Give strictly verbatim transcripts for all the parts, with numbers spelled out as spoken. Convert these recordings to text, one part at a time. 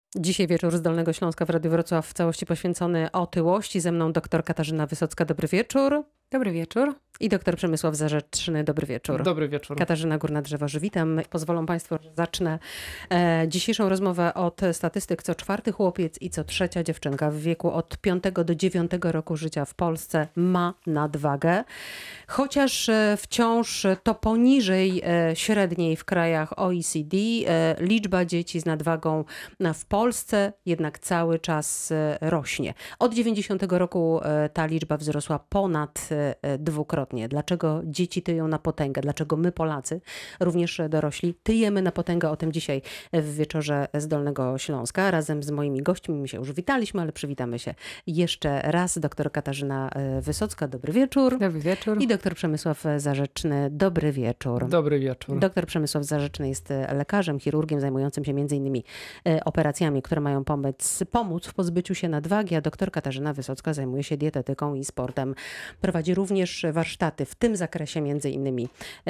Dzisiaj wieczór z Dolnego Śląska w Radiu Wrocław w całości poświęcony otyłości. Ze mną doktor Katarzyna Wysocka. Dobry wieczór. Dobry wieczór. I doktor Przemysław Zarzeczny. Dobry wieczór. Dobry wieczór. Katarzyna Górna-Drzewoż, witam. Pozwolą Państwo, że zacznę e, dzisiejszą rozmowę od statystyk. Co czwarty chłopiec i co trzecia dziewczynka w wieku od piątego do dziewiątego roku życia w Polsce ma nadwagę. Chociaż e, wciąż to poniżej e, średniej w krajach O E C D. E, liczba dzieci z nadwagą w Polsce jednak cały czas e, rośnie. Od dziewięćdziesiątego roku e, ta liczba wzrosła ponad e, dwukrotnie. Dlaczego dzieci tyją na potęgę? Dlaczego my, Polacy, również dorośli, tyjemy na potęgę? O tym dzisiaj w wieczorze z Dolnego Śląska. Razem z moimi gośćmi, my się już witaliśmy, ale przywitamy się jeszcze raz. Doktor Katarzyna Wysocka, dobry wieczór. Dobry wieczór. I doktor Przemysław Zarzeczny, dobry wieczór. Dobry wieczór. Doktor Przemysław Zarzeczny jest lekarzem, chirurgiem zajmującym się między innymi operacjami, które mają pomóc, pomóc w pozbyciu się nadwagi, a doktor Katarzyna Wysocka zajmuje się dietetyką i sportem. Prowadzi również warsztaty w tym zakresie, między innymi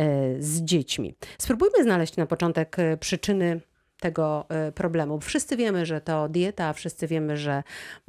z dziećmi. Spróbujmy znaleźć na początek przyczyny tego problemu. Wszyscy wiemy, że to dieta, wszyscy wiemy, że,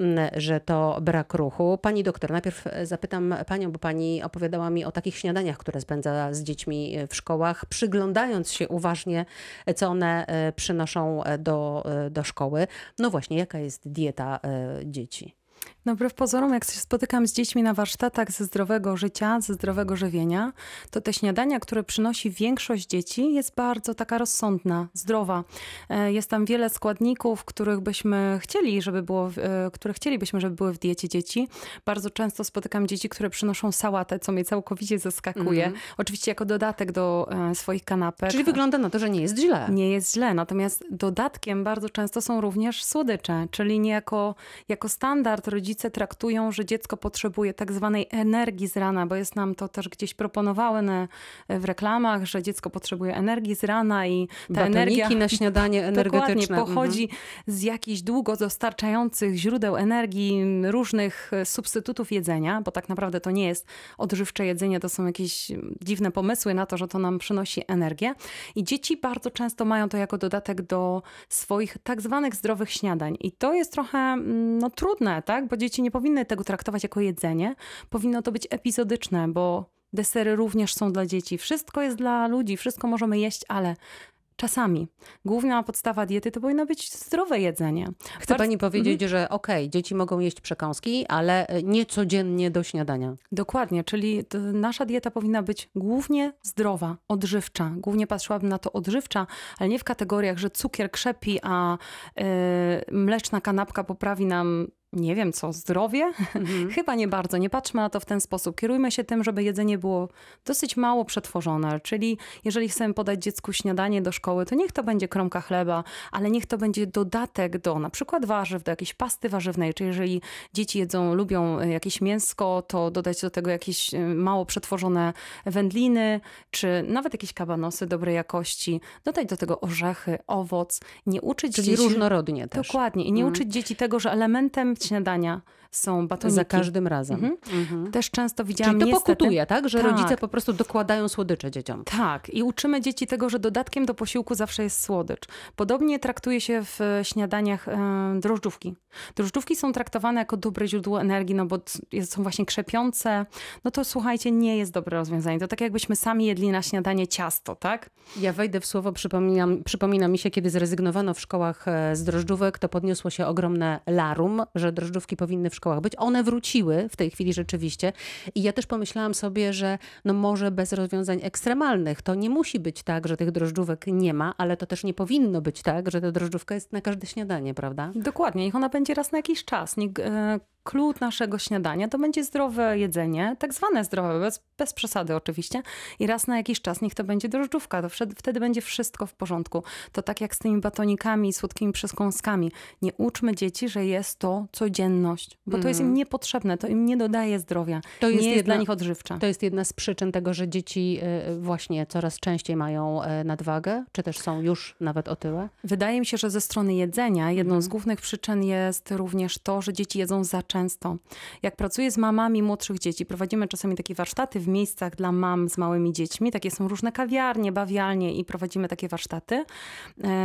że to brak ruchu. Pani doktor, najpierw zapytam panią, bo pani opowiadała mi o takich śniadaniach, które spędza z dziećmi w szkołach, przyglądając się uważnie, co one przynoszą do, do szkoły. No właśnie, jaka jest dieta dzieci? No wbrew pozorom, jak się spotykam z dziećmi na warsztatach ze zdrowego życia, ze zdrowego żywienia, to te śniadania, które przynosi większość dzieci, jest bardzo taka rozsądna, zdrowa. Jest tam wiele składników, których byśmy chcieli, żeby było, które chcielibyśmy, żeby były w diecie dzieci. Bardzo często spotykam dzieci, które przynoszą sałatę, co mnie całkowicie zaskakuje. Mm. Oczywiście jako dodatek do swoich kanapek. Czyli wygląda na to, że nie jest źle. Nie jest źle, natomiast dodatkiem bardzo często są również słodycze, czyli niejako jako standard rodzice traktują, że dziecko potrzebuje tak zwanej energii z rana, bo jest nam to też gdzieś proponowane w reklamach, że dziecko potrzebuje energii z rana i ta Batoniki energia na śniadanie energetyczne. Dokładnie, pochodzi mhm. z jakichś długo dostarczających źródeł energii, różnych substytutów jedzenia, bo tak naprawdę to nie jest odżywcze jedzenie, to są jakieś dziwne pomysły na to, że to nam przynosi energię. I dzieci bardzo często mają to jako dodatek do swoich tak zwanych zdrowych śniadań. I to jest trochę no, trudne, tak? Bo dzieci nie powinny tego traktować jako jedzenie. Powinno to być epizodyczne, bo desery również są dla dzieci. Wszystko jest dla ludzi, wszystko możemy jeść, ale czasami. Główna podstawa diety to powinno być zdrowe jedzenie. Chce Bardzo... pani powiedzieć, mhm. że okej, okay, dzieci mogą jeść przekąski, ale nie codziennie do śniadania. Dokładnie, czyli nasza dieta powinna być głównie zdrowa, odżywcza. Głównie patrzyłabym na to odżywcza, ale nie w kategoriach, że cukier krzepi, a yy, mleczna kanapka poprawi nam nie wiem co, zdrowie? Mhm. Chyba nie bardzo. Nie patrzmy na to w ten sposób. Kierujmy się tym, żeby jedzenie było dosyć mało przetworzone. Czyli jeżeli chcemy podać dziecku śniadanie do szkoły, to niech to będzie kromka chleba, ale niech to będzie dodatek do na przykład warzyw, do jakiejś pasty warzywnej. Czyli jeżeli dzieci jedzą, lubią jakieś mięsko, to dodać do tego jakieś mało przetworzone wędliny, czy nawet jakieś kabanosy dobrej jakości. Dodać do tego orzechy, owoc. Nie uczyć Czyli dzieci... różnorodnie też. Dokładnie. I nie mm. uczyć dzieci tego, że elementem śniadania są batoniki. Za każdym razem. Mhm. Mhm. Też często widziałam Czyli to niestety... pokutuje, tak? Że tak. rodzice po prostu dokładają słodycze dzieciom. Tak. I uczymy dzieci tego, że dodatkiem do posiłku zawsze jest słodycz. Podobnie traktuje się w śniadaniach e, drożdżówki. Drożdżówki są traktowane jako dobre źródło energii, no bo są właśnie krzepiące. No to słuchajcie, nie jest dobre rozwiązanie. To tak jakbyśmy sami jedli na śniadanie ciasto, tak? Ja wejdę w słowo, przypominam, przypomina mi się, kiedy zrezygnowano w szkołach z drożdżówek, to podniosło się ogromne larum, że drożdżówki powinny w szkołach być. One wróciły w tej chwili rzeczywiście. I ja też pomyślałam sobie, że no może bez rozwiązań ekstremalnych. To nie musi być tak, że tych drożdżówek nie ma, ale to też nie powinno być tak, że ta drożdżówka jest na każde śniadanie, prawda? Dokładnie. Niech ona będzie raz na jakiś czas. Niech, e, klucz naszego śniadania to będzie zdrowe jedzenie, tak zwane zdrowe, bez, bez przesady oczywiście. I raz na jakiś czas niech to będzie drożdżówka. To wtedy, wtedy będzie wszystko w porządku. To tak jak z tymi batonikami i słodkimi przekąskami. Nie uczmy dzieci, że jest to codzienność, bo mm. to jest im niepotrzebne, to im nie dodaje zdrowia. To jest nie jest jedna, dla nich odżywcza. To jest jedna z przyczyn tego, że dzieci właśnie coraz częściej mają nadwagę, czy też są już nawet otyłe? Wydaje mi się, że ze strony jedzenia jedną mm. z głównych przyczyn jest również to, że dzieci jedzą za często. Jak pracuję z mamami młodszych dzieci, prowadzimy czasami takie warsztaty w miejscach dla mam z małymi dziećmi. Takie są różne kawiarnie, bawialnie i prowadzimy takie warsztaty.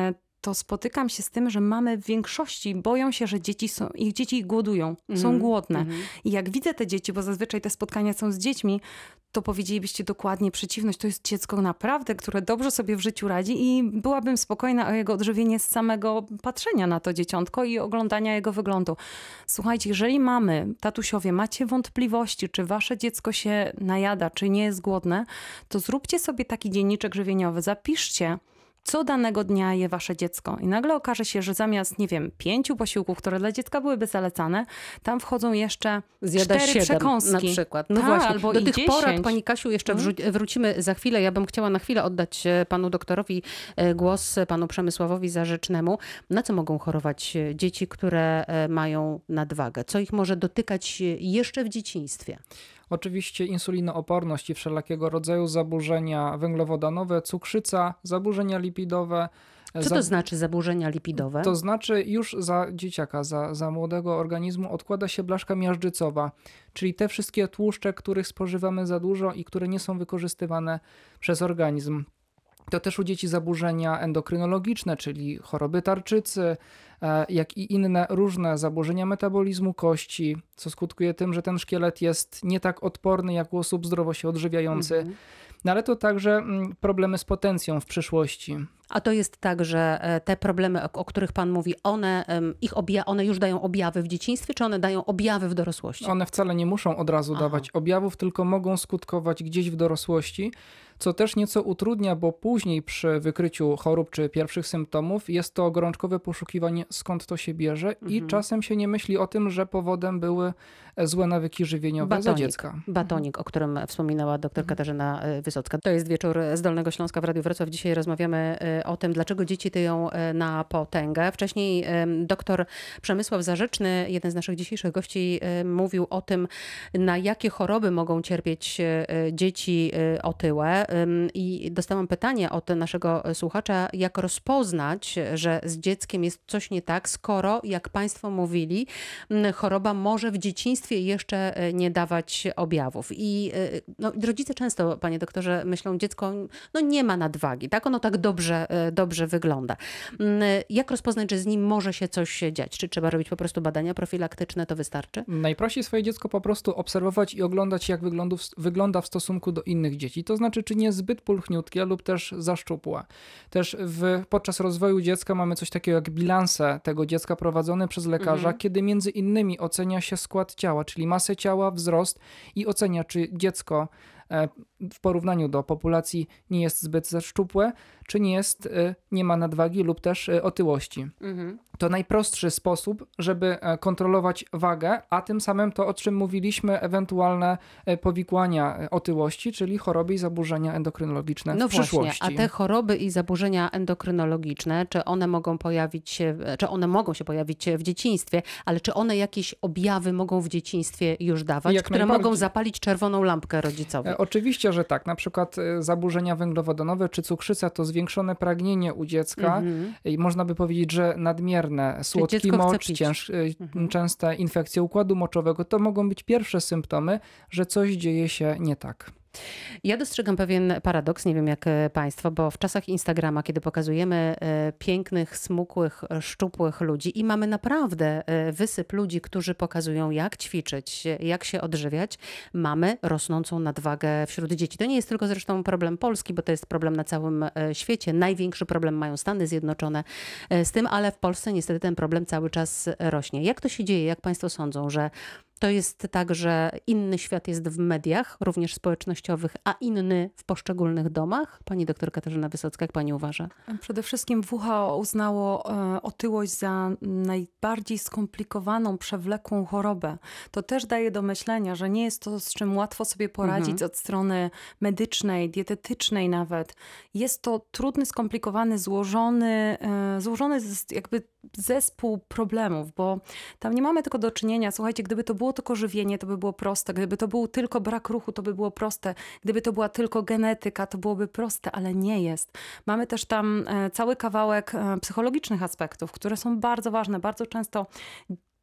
to spotykam się z tym, że mamy w większości boją się, że dzieci są, ich dzieci głodują, Mhm. są głodne. Mhm. I jak widzę te dzieci, bo zazwyczaj te spotkania są z dziećmi, to powiedzielibyście dokładnie przeciwność. To jest dziecko naprawdę, które dobrze sobie w życiu radzi i byłabym spokojna o jego odżywienie z samego patrzenia na to dzieciątko i oglądania jego wyglądu. Słuchajcie, jeżeli mamy, tatusiowie, macie wątpliwości, czy wasze dziecko się najada, czy nie jest głodne, to zróbcie sobie taki dzienniczek żywieniowy, zapiszcie, co danego dnia je wasze dziecko. I nagle okaże się, że zamiast, nie wiem, pięciu posiłków, które dla dziecka byłyby zalecane, tam wchodzą jeszcze Zjada cztery siedem przekąski. na przykład. No Tak, właśnie, albo do i tych dziesięć. porad, pani Kasiu, jeszcze Mhm. wrzu- wrócimy za chwilę. Ja bym chciała na chwilę oddać e, panu doktorowi e, głos, e, panu Przemysławowi Zarzecznemu. Na co mogą chorować e, dzieci, które e, mają nadwagę? Co ich może dotykać e, jeszcze w dzieciństwie? Oczywiście insulinooporność i wszelakiego rodzaju zaburzenia węglowodanowe, cukrzyca, zaburzenia lipidowe. Co za- to znaczy zaburzenia lipidowe? To znaczy już za dzieciaka, za, za młodego organizmu odkłada się blaszka miażdżycowa, czyli te wszystkie tłuszcze, których spożywamy za dużo i które nie są wykorzystywane przez organizm. To też u dzieci zaburzenia endokrynologiczne, czyli choroby tarczycy, e, jak i inne różne zaburzenia metabolizmu kości, co skutkuje tym, że ten szkielet jest nie tak odporny jak u osób zdrowo się odżywiających. Mhm. No ale to także mm, problemy z potencją w przyszłości. A to jest tak, że e, te problemy, o, o których pan mówi, one, em, ich obja- one już dają objawy w dzieciństwie, czy one dają objawy w dorosłości? One wcale nie muszą od razu Aha. dawać objawów, tylko mogą skutkować gdzieś w dorosłości, co też nieco utrudnia, bo później przy wykryciu chorób czy pierwszych symptomów jest to gorączkowe poszukiwanie, skąd to się bierze i Mhm. czasem się nie myśli o tym, że powodem były złe nawyki żywieniowe za dziecka. Batonik, o którym wspominała dr Mhm. Katarzyna y, Wysocka. To jest wieczór z Dolnego Śląska w Radiu Wrocław. Dzisiaj rozmawiamy y, o tym, dlaczego dzieci tyją y, na potęgę. Wcześniej y, dr Przemysław Zarzeczny, jeden z naszych dzisiejszych gości, y, mówił o tym, na jakie choroby mogą cierpieć y, dzieci y, otyłe. Ym, I dostałam pytanie od naszego słuchacza, jak rozpoznać, że z dzieckiem jest coś nie tak, skoro, jak państwo mówili, m, choroba może w dzieciństwie jeszcze e, nie dawać objawów. I e, no, rodzice często, panie doktorze, myślą, dziecko no, nie ma nadwagi, tak? Ono tak dobrze, e, dobrze wygląda. Mm, Jak rozpoznać, że z nim może się coś dziać? Czy trzeba robić po prostu badania profilaktyczne, to wystarczy? Najprościej swoje dziecko po prostu obserwować i oglądać, jak wyglądu- wygląda w stosunku do innych dzieci. To znaczy, czy nie jest zbyt pulchniutkie lub też za szczupłe. Też w, podczas rozwoju dziecka mamy coś takiego jak bilanse tego dziecka prowadzone przez lekarza, Mhm. kiedy między innymi ocenia się skład ciała, czyli masę ciała, wzrost i ocenia, czy dziecko e, w porównaniu do populacji nie jest zbyt za szczupłe, czy nie jest, e, nie ma nadwagi lub też e, otyłości. Mhm. To najprostszy sposób, żeby e, kontrolować wagę, a tym samym to, o czym mówiliśmy, ewentualne e, powikłania e, otyłości, czyli choroby i zaburzenia endokrynologiczne No w właśnie, przyszłości. a te choroby i zaburzenia endokrynologiczne, czy one mogą pojawić się, czy one mogą się pojawić w dzieciństwie, ale czy one jakieś objawy mogą w dzieciństwie już dawać, Jak które najbardziej. mogą zapalić czerwoną lampkę rodzicowi? E, Oczywiście, że tak. Na przykład e, zaburzenia węglowodanowe czy cukrzyca to zwiększone pragnienie u dziecka Mhm. i można by powiedzieć, że nadmierne, słodki dziecko chce mocz, pić. cięż, e, Mhm. częste infekcje układu moczowego. To mogą być pierwsze symptomy, że coś dzieje się nie tak. Ja dostrzegam pewien paradoks, nie wiem jak e, państwo, bo w czasach Instagrama, kiedy pokazujemy e, pięknych, smukłych, e, szczupłych ludzi i mamy naprawdę e, wysyp ludzi, którzy pokazują jak ćwiczyć, e, jak się odżywiać, mamy rosnącą nadwagę wśród dzieci. To nie jest tylko zresztą problem Polski, bo to jest problem na całym e, świecie. Największy problem mają Stany Zjednoczone e, z tym, ale w Polsce niestety ten problem cały czas rośnie. Jak to się dzieje? Jak państwo sądzą, że to jest tak, że inny świat jest w mediach, również społecznościowych, a inny w poszczególnych domach? Pani doktor Katarzyna Wysocka, jak pani uważa? Przede wszystkim W H O uznało e, otyłość za najbardziej skomplikowaną, przewlekłą chorobę. To też daje do myślenia, że nie jest to, z czym łatwo sobie poradzić Mhm. od strony medycznej, dietetycznej nawet. Jest to trudny, skomplikowany, złożony, e, złożony z, jakby zespół problemów, bo tam nie mamy tylko do czynienia, słuchajcie, gdyby to było tylko żywienie, to by było proste, gdyby to był tylko brak ruchu, to by było proste, gdyby to była tylko genetyka, to byłoby proste, ale nie jest. Mamy też tam e, cały kawałek e, psychologicznych aspektów, które są bardzo ważne. Bardzo często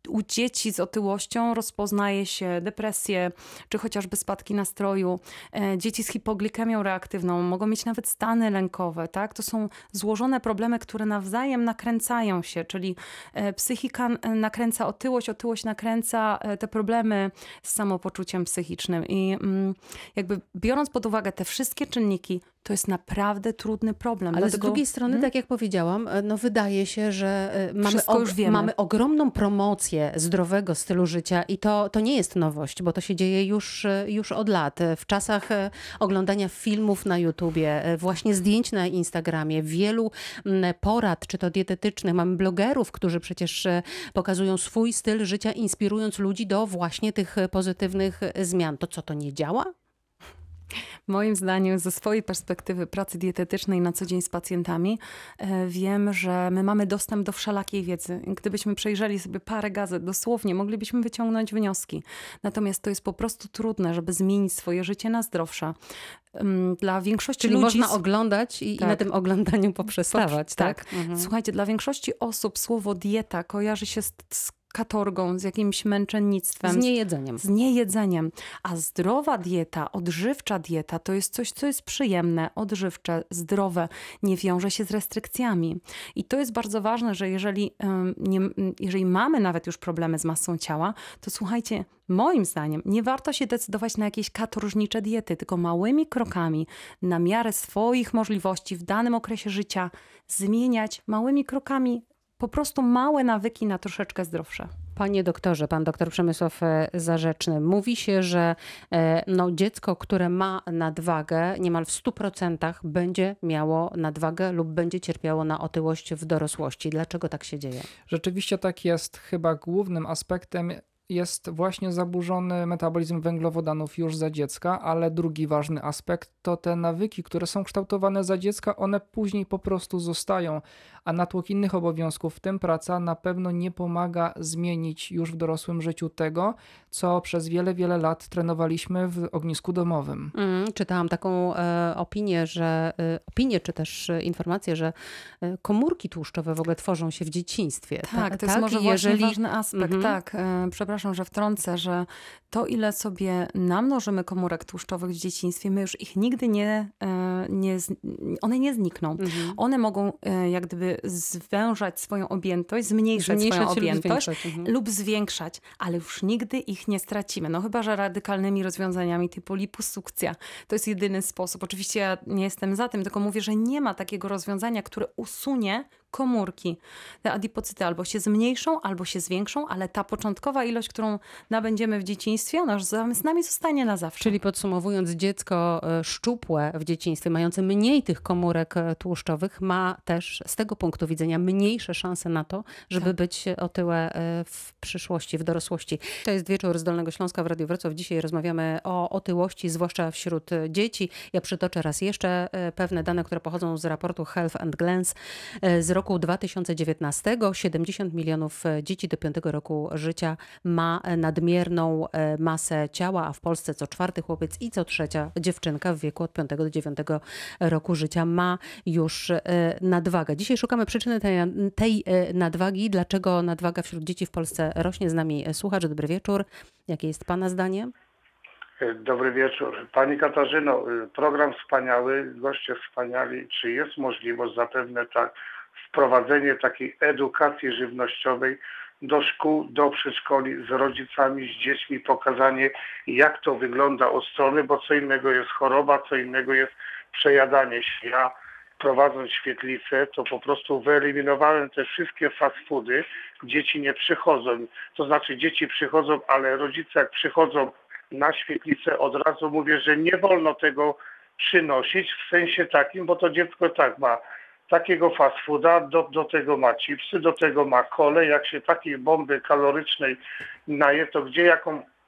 u dzieci z otyłością rozpoznaje się depresję, czy chociażby spadki nastroju. Dzieci z hipoglikemią reaktywną mogą mieć nawet stany lękowe, tak? To są złożone problemy, które nawzajem nakręcają się, czyli psychika nakręca otyłość, otyłość nakręca te problemy z samopoczuciem psychicznym. I jakby biorąc pod uwagę te wszystkie czynniki, to jest naprawdę trudny problem. Ale Dlatego... z drugiej strony, hmm? tak jak powiedziałam, no wydaje się, że mamy, og- już wiemy. mamy ogromną promocję zdrowego stylu życia i to, to nie jest nowość, bo to się dzieje już, już od lat. W czasach oglądania filmów na YouTubie, właśnie zdjęć na Instagramie, wielu porad, czy to dietetycznych, mamy blogerów, którzy przecież pokazują swój styl życia, inspirując ludzi do właśnie tych pozytywnych zmian. To co, to nie działa? Moim zdaniem, ze swojej perspektywy pracy dietetycznej na co dzień z pacjentami, wiem, że my mamy dostęp do wszelakiej wiedzy. Gdybyśmy przejrzeli sobie parę gazet, dosłownie moglibyśmy wyciągnąć wnioski. Natomiast to jest po prostu trudne, żeby zmienić swoje życie na zdrowsze. Dla większości Czyli ludzi... można oglądać i, tak. i na tym oglądaniu poprzestawać, tak? tak. Mhm. Słuchajcie, dla większości osób słowo dieta kojarzy się z, z katorgą, z jakimś męczennictwem. Z niejedzeniem. Z niejedzeniem. A zdrowa dieta, odżywcza dieta to jest coś, co jest przyjemne, odżywcze, zdrowe, nie wiąże się z restrykcjami. I to jest bardzo ważne, że jeżeli, nie, jeżeli mamy nawet już problemy z masą ciała, to słuchajcie, moim zdaniem nie warto się decydować na jakieś katorżnicze diety, tylko małymi krokami, na miarę swoich możliwości w danym okresie życia zmieniać małymi krokami po prostu małe nawyki na troszeczkę zdrowsze. Panie doktorze, pan doktor Przemysław Zarzeczny, mówi się, że no, dziecko, które ma nadwagę, niemal w stu procentach będzie miało nadwagę lub będzie cierpiało na otyłość w dorosłości. Dlaczego tak się dzieje? Rzeczywiście tak jest. Chyba głównym aspektem jest właśnie zaburzony metabolizm węglowodanów już za dziecka, ale drugi ważny aspekt to te nawyki, które są kształtowane za dziecka, one później po prostu zostają, a natłok innych obowiązków, w tym praca, na pewno nie pomaga zmienić już w dorosłym życiu tego, co przez wiele, wiele lat trenowaliśmy w ognisku domowym. Mm, czytałam taką e, opinię, że e, opinię, czy też e, informację, że e, komórki tłuszczowe w ogóle tworzą się w dzieciństwie. Tak, Ta, to jest tak? może I właśnie jeżeli... ważny aspekt. Mhm. Tak, e, przepraszam, że wtrącę, że to ile sobie namnożymy komórek tłuszczowych w dzieciństwie, my już ich nigdy nie, e, nie one nie znikną. Mhm. One mogą e, jak gdyby zwężać swoją objętość, zmniejszać, Zmniejszać swoją lub objętość zwiększać, mhm. lub zwiększać, ale już nigdy ich nie stracimy. No chyba, że radykalnymi rozwiązaniami typu liposukcja. To jest jedyny sposób. Oczywiście ja nie jestem za tym, tylko mówię, że nie ma takiego rozwiązania, które usunie komórki. Te adipocyty albo się zmniejszą, albo się zwiększą, ale ta początkowa ilość, którą nabędziemy w dzieciństwie, ona już z nami zostanie na zawsze. Czyli podsumowując, dziecko szczupłe w dzieciństwie, mające mniej tych komórek tłuszczowych, ma też z tego punktu widzenia mniejsze szanse na to, żeby tak. być otyłe w przyszłości, w dorosłości. To jest Wieczór z Dolnego Śląska w Radiu Wrocław. Dzisiaj rozmawiamy o otyłości, zwłaszcza wśród dzieci. Ja przytoczę raz jeszcze pewne dane, które pochodzą z raportu Health and Glance z roku dwa tysiące dziewiętnastego. siedemdziesiąt milionów dzieci do piątego roku życia ma nadmierną masę ciała, a w Polsce co czwarty chłopiec i co trzecia dziewczynka w wieku od piątego do dziewiątego roku życia ma już nadwagę. Dzisiaj szukamy przyczyny tej, tej nadwagi. Dlaczego nadwaga wśród dzieci w Polsce rośnie? Z nami słuchacz. Dobry wieczór. Jakie jest pana zdanie? Dobry wieczór. Pani Katarzyno, program wspaniały, goście wspaniali. Czy jest możliwość zapewne tak wprowadzenie takiej edukacji żywnościowej do szkół, do przedszkoli, z rodzicami, z dziećmi, pokazanie jak to wygląda od strony, bo co innego jest choroba, co innego jest przejadanie się. Ja prowadząc świetlicę, to po prostu wyeliminowałem te wszystkie fast foody. Dzieci nie przychodzą, to znaczy dzieci przychodzą, ale rodzice jak przychodzą na świetlicę, od razu mówię, że nie wolno tego przynosić w sensie takim, bo to dziecko tak ma takiego fast fooda, do, do tego ma chipsy, do tego ma kolę. Jak się takiej bomby kalorycznej naje, to gdzie jaką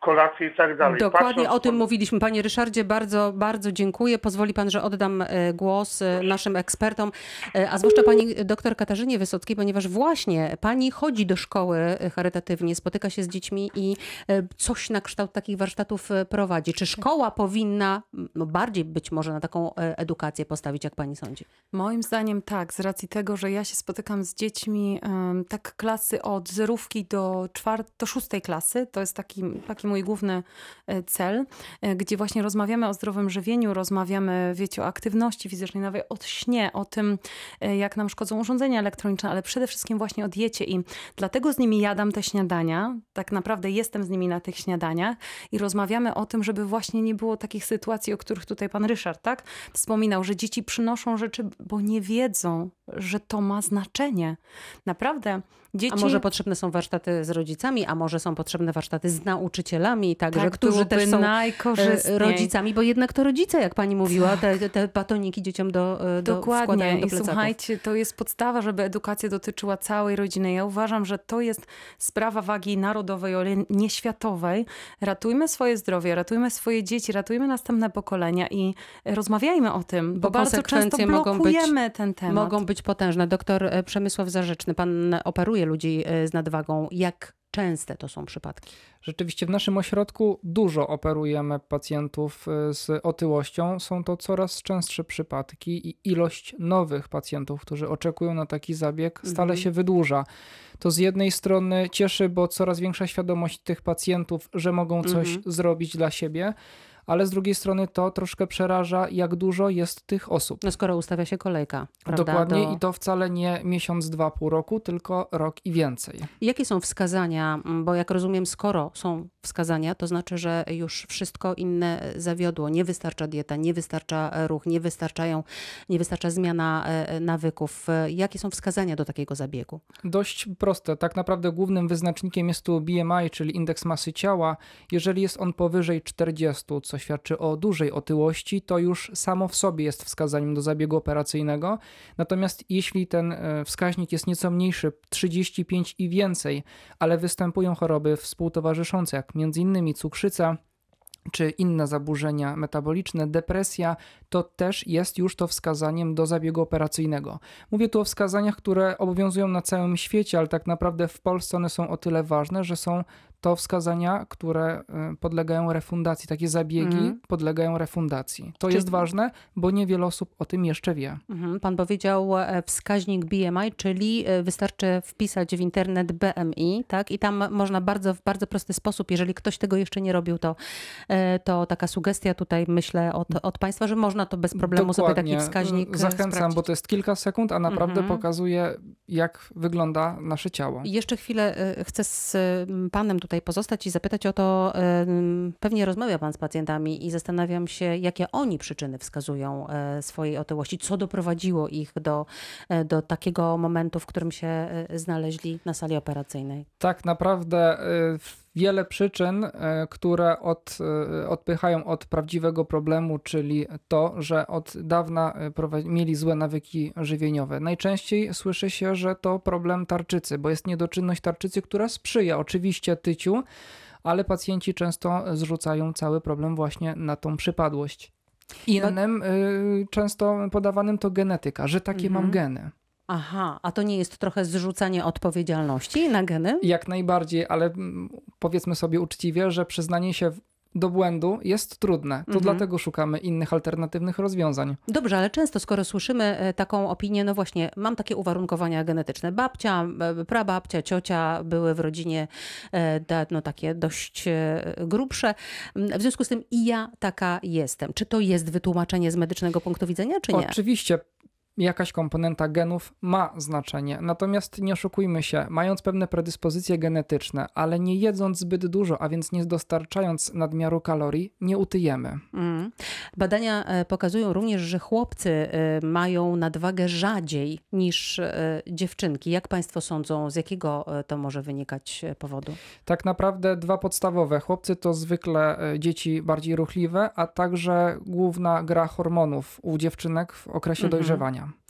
kolacje i tak dalej. Dokładnie Patrząc o tym po- mówiliśmy. Panie Ryszardzie, bardzo, bardzo dziękuję. Pozwoli pan, że oddam e, głos e, naszym ekspertom, e, a zwłaszcza pani doktor Katarzynie Wysockiej, ponieważ właśnie pani chodzi do szkoły e, charytatywnie, spotyka się z dziećmi i e, coś na kształt takich warsztatów e, prowadzi. Czy szkoła powinna no, bardziej być może na taką e, edukację postawić, jak pani sądzi? Moim zdaniem tak, z racji tego, że ja się spotykam z dziećmi em, tak klasy od zerówki do, czwart- do szóstej klasy, to jest taki, taki mój główny e, cel, e, gdzie właśnie rozmawiamy o zdrowym żywieniu, rozmawiamy, wiecie, o aktywności fizycznej, nawet o śnie, o tym, e, jak nam szkodzą urządzenia elektroniczne, ale przede wszystkim właśnie o diecie i dlatego z nimi jadam te śniadania, tak naprawdę jestem z nimi na tych śniadaniach i rozmawiamy o tym, żeby właśnie nie było takich sytuacji, o których tutaj pan Ryszard, tak, wspominał, że dzieci przynoszą rzeczy, bo nie wiedzą, że to ma znaczenie. Naprawdę dzieci... A może potrzebne są warsztaty z rodzicami, a może są potrzebne warsztaty z nauczycielami, także, Tak, którzy byłoby też są najkorzystniej. e, rodzicami, bo jednak to rodzice, jak pani mówiła, te, te batoniki dzieciom do, e, do Dokładnie. wkładają do I plecaków. słuchajcie, to jest podstawa, żeby edukacja dotyczyła całej rodziny. Ja uważam, że to jest sprawa wagi narodowej, ale nie światowej. Ratujmy swoje zdrowie, ratujmy swoje dzieci, ratujmy następne pokolenia i rozmawiajmy o tym, bo, Bo bardzo często konsekwencje mogą być- blokujemy ten temat. Mogą być potężne. Doktor e, Przemysław Zarzeczny, pan operuje ludzi e, z nadwagą. Jak częste to są przypadki? Rzeczywiście w naszym ośrodku dużo operujemy pacjentów y, z otyłością. Są to coraz częstsze przypadki i ilość nowych pacjentów, którzy oczekują na taki zabieg, stale Mhm. się wydłuża. To z jednej strony cieszy, bo coraz większa świadomość tych pacjentów, że mogą coś Mhm. zrobić dla siebie, ale z drugiej strony to troszkę przeraża, jak dużo jest tych osób. No skoro ustawia się kolejka, prawda? Dokładnie do... i to wcale nie miesiąc, dwa, pół roku, tylko rok i więcej. Jakie są wskazania? Bo jak rozumiem, skoro są wskazania, to znaczy, że już wszystko inne zawiodło. Nie wystarcza dieta, nie wystarcza ruch, nie wystarczają, nie wystarcza zmiana e, nawyków. Jakie są wskazania do takiego zabiegu? Dość proste. Tak naprawdę głównym wyznacznikiem jest tu B M I, czyli indeks masy ciała. Jeżeli jest on powyżej czterdzieści, co świadczy o dużej otyłości, to już samo w sobie jest wskazaniem do zabiegu operacyjnego. Natomiast jeśli ten e, wskaźnik jest nieco mniejszy, trzydzieści pięć i więcej, ale występują choroby współtowarzyszące, jak między innymi cukrzyca, czy inne zaburzenia metaboliczne, depresja, to też jest już to wskazaniem do zabiegu operacyjnego. Mówię tu o wskazaniach, które obowiązują na całym świecie, ale tak naprawdę w Polsce one są o tyle ważne, że są to wskazania, które y, podlegają refundacji. Takie zabiegi Mhm. podlegają refundacji. To Czyli- jest ważne, bo niewiele osób o tym jeszcze wie. Mhm. Pan powiedział e, wskaźnik B M I, czyli e, wystarczy wpisać w internet B M I, tak? I tam można bardzo, w bardzo prosty sposób, jeżeli ktoś tego jeszcze nie robił, to, e, to taka sugestia tutaj, myślę, od, od państwa, że można to bez problemu sobie taki Dokładnie. wskaźnik e, Zachęcam, sprawdzić. bo to jest kilka sekund, a naprawdę Mhm. pokazuje, jak wygląda nasze ciało. I Jeszcze chwilę e, chcę z e, panem tutaj pozostać i zapytać o to, e, pewnie rozmawia pan z pacjentami i zastanawiam się, jakie oni przyczyny wskazują e, swojej otyłości, co doprowadziło ich do, e, do takiego momentu, w którym się e, znaleźli na sali operacyjnej. Tak naprawdę y, wiele przyczyn, y, które od, y, odpychają od prawdziwego problemu, czyli to, że od dawna y, prowadzi- mieli złe nawyki żywieniowe. Najczęściej słyszy się, że to problem tarczycy, bo jest niedoczynność tarczycy, która sprzyja oczywiście tyciu, ale pacjenci często zrzucają cały problem właśnie na tą przypadłość. Innym y, często podawanym to genetyka, że takie Mhm. mam geny. Aha, a to nie jest trochę zrzucanie odpowiedzialności na geny? Jak najbardziej, ale mm, powiedzmy sobie uczciwie, że przyznanie się w- do błędu jest trudne. To Mhm. dlatego szukamy innych alternatywnych rozwiązań. Dobrze, ale często skoro słyszymy e, taką opinię, no właśnie, mam takie uwarunkowania genetyczne. Babcia, e, prababcia, ciocia były w rodzinie e, da- no takie dość e, grubsze. W związku z tym i ja taka jestem. Czy to jest wytłumaczenie z medycznego punktu widzenia, czy nie? Oczywiście jakaś komponenta genów ma znaczenie, natomiast nie oszukujmy się, mając pewne predyspozycje genetyczne, ale nie jedząc zbyt dużo, a więc nie dostarczając nadmiaru kalorii, nie utyjemy. Mm. Badania e, pokazują również, że chłopcy e, mają nadwagę rzadziej niż e, dziewczynki. Jak państwo sądzą, z jakiego e, to może wynikać e, powodu? Tak naprawdę dwa podstawowe. Chłopcy to zwykle e, dzieci bardziej ruchliwe, a także główna gra hormonów u dziewczynek w okresie Mhm. dojrzewania.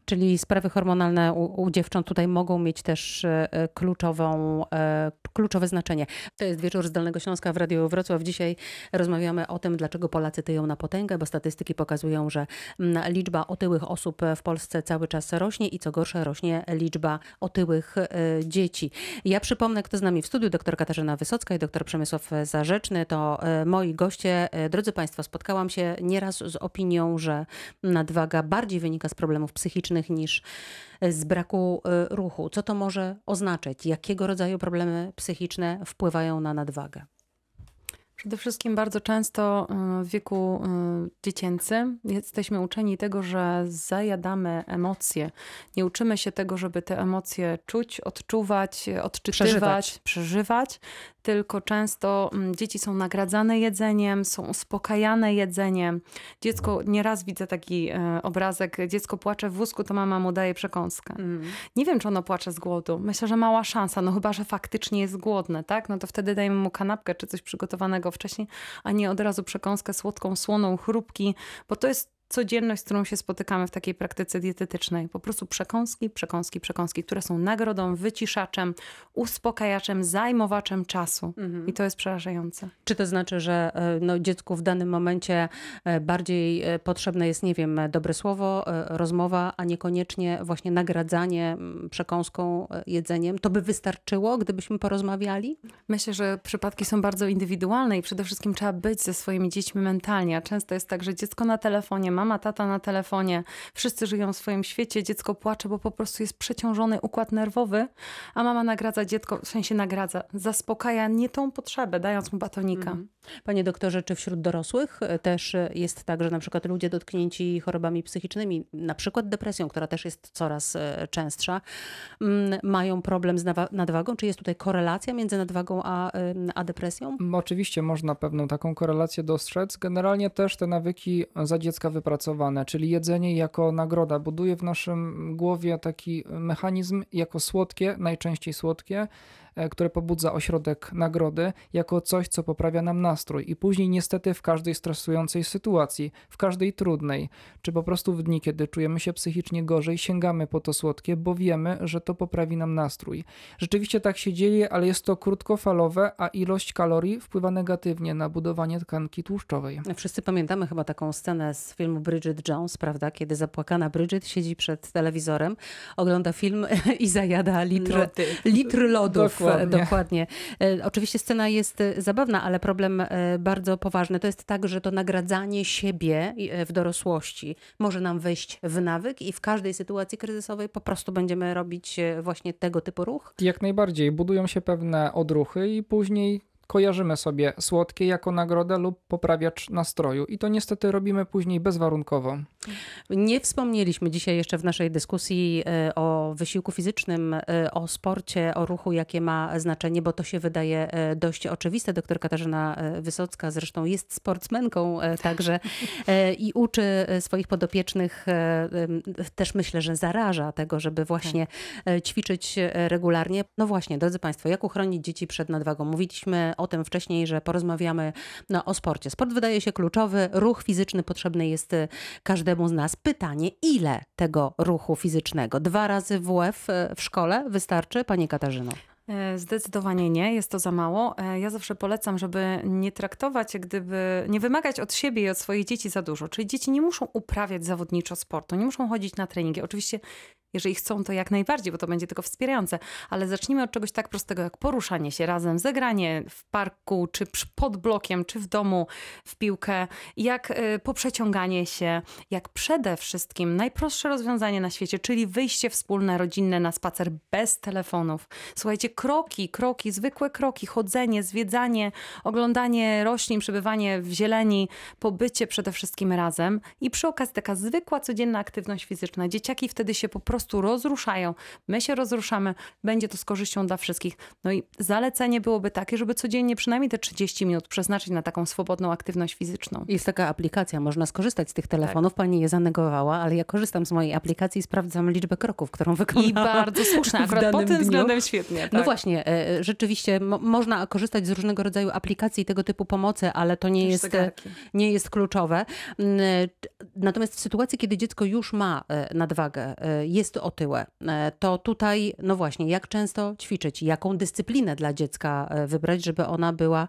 Czyli sprawy hormonalne u, u dziewcząt tutaj mogą mieć też e, kluczową, e, kluczowe znaczenie. To jest Wieczór z Dolnego Śląska w Radiu Wrocław. Dzisiaj rozmawiamy o tym, dlaczego Polacy tyją na potęgę, bo statystyki pokazują, że mm, liczba otyłych osób w Polsce cały czas rośnie i co gorsza rośnie liczba otyłych e, dzieci. Ja przypomnę, kto z nami w studiu, dr Katarzyna Wysocka i dr Przemysław Zarzeczny. To e, moi goście. E, drodzy Państwo, spotkałam się nieraz z opinią, że nadwaga bardziej wynika z problemów psychicznych niż z braku y, ruchu. Co to może oznaczać? Jakiego rodzaju problemy psychiczne wpływają na nadwagę? Przede wszystkim bardzo często w wieku dziecięcym jesteśmy uczeni tego, że zajadamy emocje. Nie uczymy się tego, żeby te emocje czuć, odczuwać, odczytywać, przeżywać, przeżywać tylko często dzieci są nagradzane jedzeniem, są uspokajane jedzeniem. Dziecko, nieraz widzę taki obrazek, dziecko płacze w wózku, to mama mu daje przekąskę. Mm. Nie wiem, czy ono płacze z głodu. Myślę, że mała szansa, no chyba, że faktycznie jest głodne, tak? No to wtedy dajemy mu kanapkę czy coś przygotowanego wcześniej, a nie od razu przekąskę słodką, słoną, chrupki, bo to jest codzienność, z którą się spotykamy w takiej praktyce dietetycznej. Po prostu przekąski, przekąski, przekąski, które są nagrodą, wyciszaczem, uspokajaczem, zajmowaczem czasu. Mhm. I to jest przerażające. Czy to znaczy, że no, dziecku w danym momencie bardziej potrzebne jest, nie wiem, dobre słowo, rozmowa, a niekoniecznie właśnie nagradzanie przekąską, jedzeniem? To by wystarczyło, gdybyśmy porozmawiali? Myślę, że przypadki są bardzo indywidualne i przede wszystkim trzeba być ze swoimi dziećmi mentalnie. A często jest tak, że dziecko na telefonie, mama, tata na telefonie, wszyscy żyją w swoim świecie, dziecko płacze, bo po prostu jest przeciążony układ nerwowy, a mama nagradza dziecko, w sensie nagradza, zaspokaja nie tą potrzebę, dając mu batonika. Mhm. Panie doktorze, czy wśród dorosłych też jest tak, że na przykład ludzie dotknięci chorobami psychicznymi, na przykład depresją, która też jest coraz częstsza, mają problem z nadwagą? Czy jest tutaj korelacja między nadwagą a, a depresją? Oczywiście można pewną taką korelację dostrzec. Generalnie też te nawyki za dziecka wypracowane, czyli jedzenie jako nagroda buduje w naszym głowie taki mechanizm jako słodkie, najczęściej słodkie, które pobudza ośrodek nagrody jako coś, co poprawia nam nastrój. I później niestety w każdej stresującej sytuacji, w każdej trudnej, czy po prostu w dni, kiedy czujemy się psychicznie gorzej, sięgamy po to słodkie, bo wiemy, że to poprawi nam nastrój. Rzeczywiście tak się dzieje, ale jest to krótkofalowe, a ilość kalorii wpływa negatywnie na budowanie tkanki tłuszczowej. Wszyscy pamiętamy chyba taką scenę z filmu Bridget Jones, prawda? Kiedy zapłakana Bridget siedzi przed telewizorem, ogląda film i zajada litr, litr lodów. Dokładnie. Dokładnie. Oczywiście scena jest zabawna, ale problem bardzo poważny. To jest tak, że to nagradzanie siebie w dorosłości może nam wejść w nawyk i w każdej sytuacji kryzysowej po prostu będziemy robić właśnie tego typu ruch? Jak najbardziej. Budują się pewne odruchy i później kojarzymy sobie słodkie jako nagrodę lub poprawiacz nastroju. I to niestety robimy później bezwarunkowo. Nie wspomnieliśmy dzisiaj jeszcze w naszej dyskusji o wysiłku fizycznym, o sporcie, o ruchu, jakie ma znaczenie, bo to się wydaje dość oczywiste. Doktor Katarzyna Wysocka zresztą jest sportsmenką także i uczy swoich podopiecznych, też myślę, że zaraża tego, żeby właśnie ćwiczyć regularnie. No właśnie, drodzy Państwo, jak uchronić dzieci przed nadwagą? Mówiliśmy o tym wcześniej, że porozmawiamy no, o sporcie. Sport wydaje się kluczowy, ruch fizyczny potrzebny jest każdemu z nas. Pytanie, ile tego ruchu fizycznego? Dwa razy W F w szkole wystarczy, Pani Katarzyno? Zdecydowanie nie, jest to za mało. Ja zawsze polecam, żeby nie traktować, jak gdyby, nie wymagać od siebie i od swoich dzieci za dużo. Czyli dzieci nie muszą uprawiać zawodniczo sportu, nie muszą chodzić na treningi. Oczywiście jeżeli chcą, to jak najbardziej, bo to będzie tylko wspierające. Ale zacznijmy od czegoś tak prostego, jak poruszanie się razem, zagranie w parku, czy pod blokiem, czy w domu w piłkę, jak poprzeciąganie się, jak przede wszystkim najprostsze rozwiązanie na świecie, czyli wyjście wspólne, rodzinne na spacer bez telefonów. Słuchajcie, kroki, kroki, zwykłe kroki, chodzenie, zwiedzanie, oglądanie roślin, przebywanie w zieleni, pobycie przede wszystkim razem i przy okazji taka zwykła, codzienna aktywność fizyczna. Dzieciaki wtedy się po prostu prostu rozruszają. My się rozruszamy, będzie to z korzyścią dla wszystkich. No i zalecenie byłoby takie, żeby codziennie przynajmniej te trzydzieści minut przeznaczyć na taką swobodną aktywność fizyczną. Jest taka aplikacja, można skorzystać z tych telefonów. Tak. Pani je zanegowała, ale ja korzystam z mojej aplikacji i sprawdzam liczbę kroków, którą wykonałam. I bardzo słuszne, akurat pod tym dniu. względem świetnie. Tak. No właśnie, rzeczywiście mo- można korzystać z różnego rodzaju aplikacji tego typu pomocy, ale to nie jest, nie jest kluczowe. Natomiast w sytuacji, kiedy dziecko już ma nadwagę, jest otyłe, to tutaj, no właśnie, jak często ćwiczyć, jaką dyscyplinę dla dziecka wybrać, żeby ona była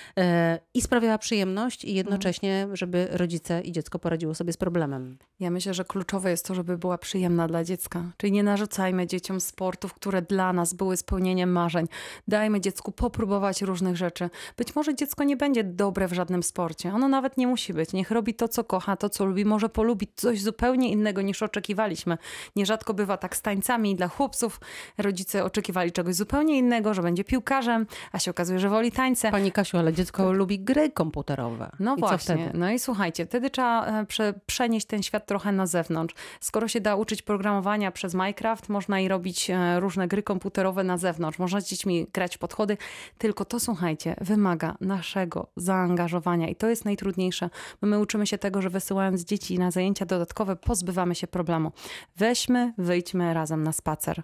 i sprawiała przyjemność i jednocześnie, żeby rodzice i dziecko poradziło sobie z problemem. Ja myślę, że kluczowe jest to, żeby była przyjemna dla dziecka. Czyli nie narzucajmy dzieciom sportów, które dla nas były spełnieniem marzeń. Dajmy dziecku popróbować różnych rzeczy. Być może dziecko nie będzie dobre w żadnym sporcie. Ono nawet nie musi być. Niech robi to, co kocha, to, co lubi. Może polubić coś zupełnie innego, niż oczekiwaliśmy. Nierzadko bywa tak z tańcami dla chłopców. Rodzice oczekiwali czegoś zupełnie innego, że będzie piłkarzem, a się okazuje, że woli tańce. Pani Kasiu, ale dziecko tak. lubi gry komputerowe. No I właśnie. Co wtedy? No i słuchajcie, wtedy trzeba prze, przenieść ten świat trochę na zewnątrz. Skoro się da uczyć programowania przez Minecraft, można i robić różne gry komputerowe na zewnątrz. Można z dziećmi grać w podchody, tylko to, słuchajcie, wymaga naszego zaangażowania i to jest najtrudniejsze, bo my uczymy się tego, że wysyłając dzieci na zajęcia dodatkowe, pozbywamy się problemu. Weźmy, wyjdźmy razem na spacer.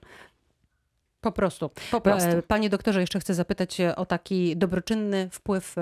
Po prostu. po prostu. Panie doktorze, jeszcze chcę zapytać o taki dobroczynny wpływ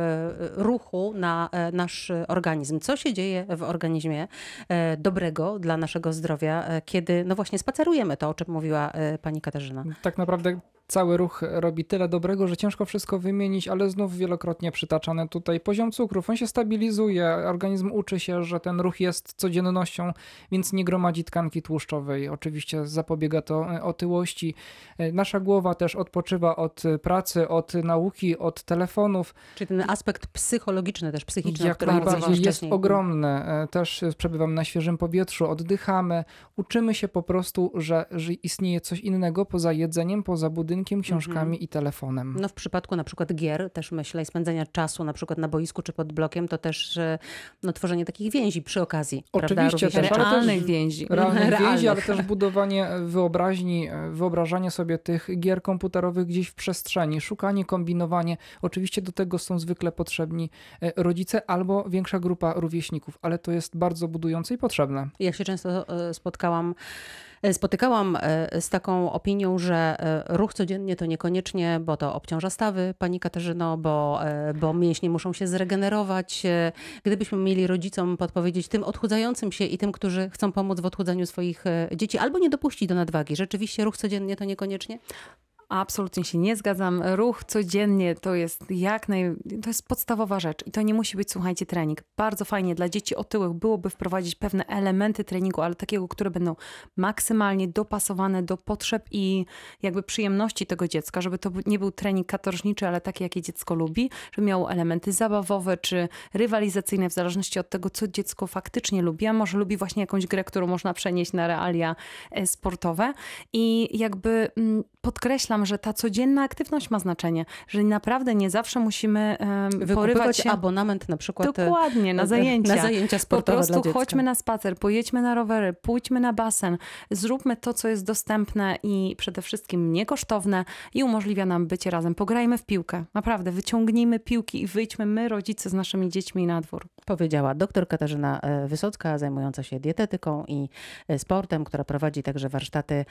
ruchu na nasz organizm. Co się dzieje w organizmie dobrego dla naszego zdrowia, kiedy no właśnie spacerujemy, to o czym mówiła pani Katarzyna? Tak naprawdę cały ruch robi tyle dobrego, że ciężko wszystko wymienić, ale znów wielokrotnie przytaczany tutaj poziom cukrów. On się stabilizuje, organizm uczy się, że ten ruch jest codziennością, więc nie gromadzi tkanki tłuszczowej. Oczywiście zapobiega to otyłości. Nasza głowa też odpoczywa od pracy, od nauki, od telefonów. Czyli ten aspekt psychologiczny, też psychiczny, jak o którym najbardziej jest ogromny. Też przebywamy na świeżym powietrzu, oddychamy. Uczymy się po prostu, że, że istnieje coś innego poza jedzeniem, poza budynkiem, książkami mm-hmm. i telefonem. No w przypadku na przykład gier, też myślę, i spędzania czasu na przykład na boisku czy pod blokiem, to też no, tworzenie takich więzi przy okazji. Oczywiście też, realnych więzi. Realnych więzi, ale też budowanie wyobraźni, wyobrażanie sobie tych gier komputerowych gdzieś w przestrzeni, szukanie, kombinowanie. Oczywiście do tego są zwykle potrzebni rodzice albo większa grupa rówieśników, ale to jest bardzo budujące i potrzebne. Ja się często spotkałam Spotykałam z taką opinią, że ruch codziennie to niekoniecznie, bo to obciąża stawy, pani Katarzyno, bo, bo mięśnie muszą się zregenerować. Gdybyśmy mieli rodzicom podpowiedzieć, tym odchudzającym się i tym, którzy chcą pomóc w odchudzaniu swoich dzieci, albo nie dopuścić do nadwagi, rzeczywiście ruch codziennie to niekoniecznie? Absolutnie się nie zgadzam. Ruch codziennie to jest jak naj... to jest podstawowa rzecz i to nie musi być, słuchajcie, trening. Bardzo fajnie dla dzieci otyłych byłoby wprowadzić pewne elementy treningu, ale takiego, które będą maksymalnie dopasowane do potrzeb i jakby przyjemności tego dziecka, żeby to nie był trening katorżniczy, ale taki, jakie dziecko lubi, żeby miało elementy zabawowe czy rywalizacyjne, w zależności od tego, co dziecko faktycznie lubi, a może lubi właśnie jakąś grę, którą można przenieść na realia sportowe i jakby podkreślam, że ta codzienna aktywność ma znaczenie, że naprawdę nie zawsze musimy um, porywać się... abonament na przykład Dokładnie, na zajęcia. Na zajęcia sportowe Po prostu dla chodźmy na spacer, pojedźmy na rowery, pójdźmy na basen, zróbmy to, co jest dostępne i przede wszystkim niekosztowne i umożliwia nam bycie razem. Pograjmy w piłkę. Naprawdę, wyciągnijmy piłki i wyjdźmy my, rodzice, z naszymi dziećmi na dwór. Powiedziała doktor Katarzyna Wysocka, zajmująca się dietetyką i sportem, która prowadzi także warsztaty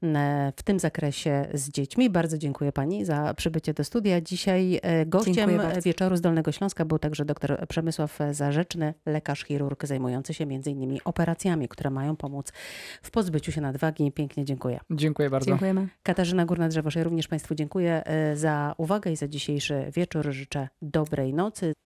w tym zakresie z dziećmi. Bardzo dziękuję pani za przybycie do studia. Dzisiaj gościem Wieczoru z Dolnego Śląska był także dr Przemysław Zarzeczny, lekarz-chirurg zajmujący się między innymi operacjami, które mają pomóc w pozbyciu się nadwagi. Pięknie dziękuję. Dziękuję bardzo. Dziękujemy. Katarzyna Górna-Drzewosz, ja również państwu dziękuję za uwagę i za dzisiejszy wieczór. Życzę dobrej nocy.